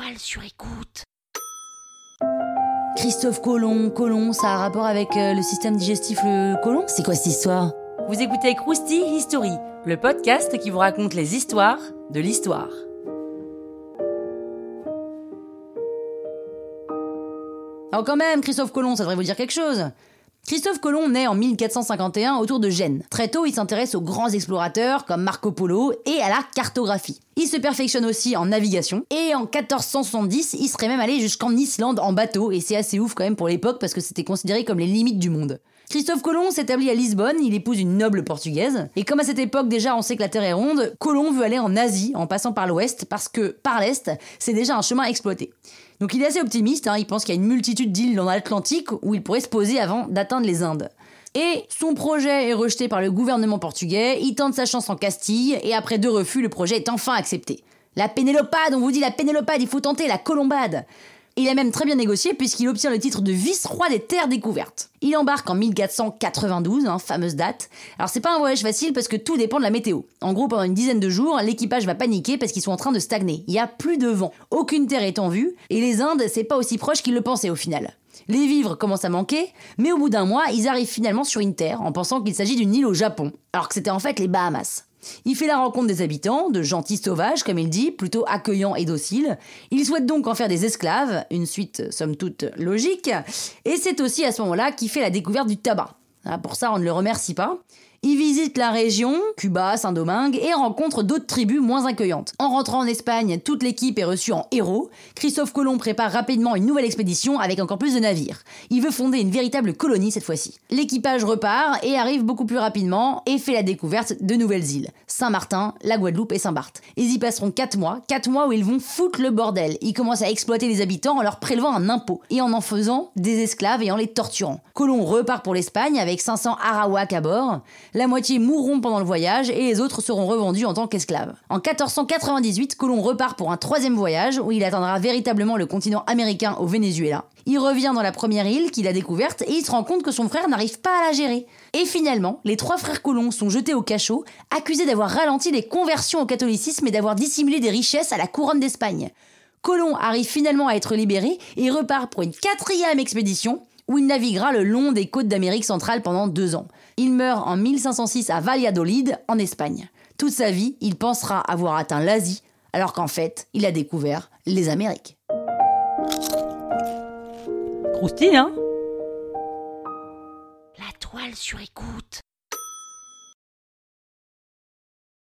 toile sur écoute. Christophe Colomb, ça a un rapport avec le système digestif, le côlon ? C'est quoi cette histoire ? Vous écoutez Krusty History, le podcast qui vous raconte les histoires de l'histoire. Alors quand même, Christophe Colomb, ça devrait vous dire quelque chose. Christophe Colomb naît en 1451 autour de Gênes. Très tôt, il s'intéresse aux grands explorateurs comme Marco Polo et à la cartographie. Il se perfectionne aussi en navigation et en 1470, il serait même allé jusqu'en Islande en bateau et c'est assez ouf quand même pour l'époque parce que c'était considéré comme les limites du monde. Christophe Colomb s'établit à Lisbonne, il épouse une noble portugaise et comme à cette époque déjà on sait que la Terre est ronde, Colomb veut aller en Asie en passant par l'ouest parce que par l'est, c'est déjà un chemin exploité. Donc il est assez optimiste, il pense qu'il y a une multitude d'îles dans l'Atlantique où il pourrait se poser avant d'atteindre les Indes. Et son projet est rejeté par le gouvernement portugais, il tente sa chance en Castille et après 2 refus, le projet est enfin accepté. La Pénélopade, on vous dit la Pénélopade, il faut tenter la Colombade. Il a même très bien négocié puisqu'il obtient le titre de vice-roi des terres découvertes. Il embarque en 1492, fameuse date. Alors c'est pas un voyage facile parce que tout dépend de la météo. En gros, pendant une dizaine de jours, l'équipage va paniquer parce qu'ils sont en train de stagner. Il y a plus de vent, aucune terre est en vue, et les Indes, c'est pas aussi proche qu'ils le pensaient au final. Les vivres commencent à manquer, mais au bout d'un mois, ils arrivent finalement sur une terre en pensant qu'il s'agit d'une île au Japon, alors que c'était en fait les Bahamas. Il fait la rencontre des habitants, de gentils sauvages, comme il dit, plutôt accueillants et dociles. Il souhaite donc en faire des esclaves, une suite somme toute logique, et c'est aussi à ce moment-là qu'il fait la découverte du tabac. Pour ça, on ne le remercie pas. Il visite la région, Cuba, Saint-Domingue, et rencontre d'autres tribus moins accueillantes. En rentrant en Espagne, toute l'équipe est reçue en héros. Christophe Colomb prépare rapidement une nouvelle expédition avec encore plus de navires. Il veut fonder une véritable colonie cette fois-ci. L'équipage repart et arrive beaucoup plus rapidement et fait la découverte de nouvelles îles. Saint-Martin, la Guadeloupe et Saint-Barth. Ils y passeront 4 mois où ils vont foutre le bordel. Ils commencent à exploiter les habitants en leur prélevant un impôt et en faisant des esclaves et en les torturant. Colomb repart pour l'Espagne avec 500 Arawaks à bord. La moitié mourront pendant le voyage et les autres seront revendus en tant qu'esclaves. En 1498, Colomb repart pour un 3e voyage où il atteindra véritablement le continent américain au Venezuela. Il revient dans la première île qu'il a découverte et il se rend compte que son frère n'arrive pas à la gérer. Et finalement, les 3 frères Colomb sont jetés au cachot, accusés d'avoir ralenti les conversions au catholicisme et d'avoir dissimulé des richesses à la couronne d'Espagne. Colomb arrive finalement à être libéré et repart pour une 4e expédition où il naviguera le long des côtes d'Amérique centrale pendant 2 ans. Il meurt en 1506 à Valladolid, en Espagne. Toute sa vie, il pensera avoir atteint l'Asie, alors qu'en fait, il a découvert les Amériques. Krusty, hein ? La toile sur écoute.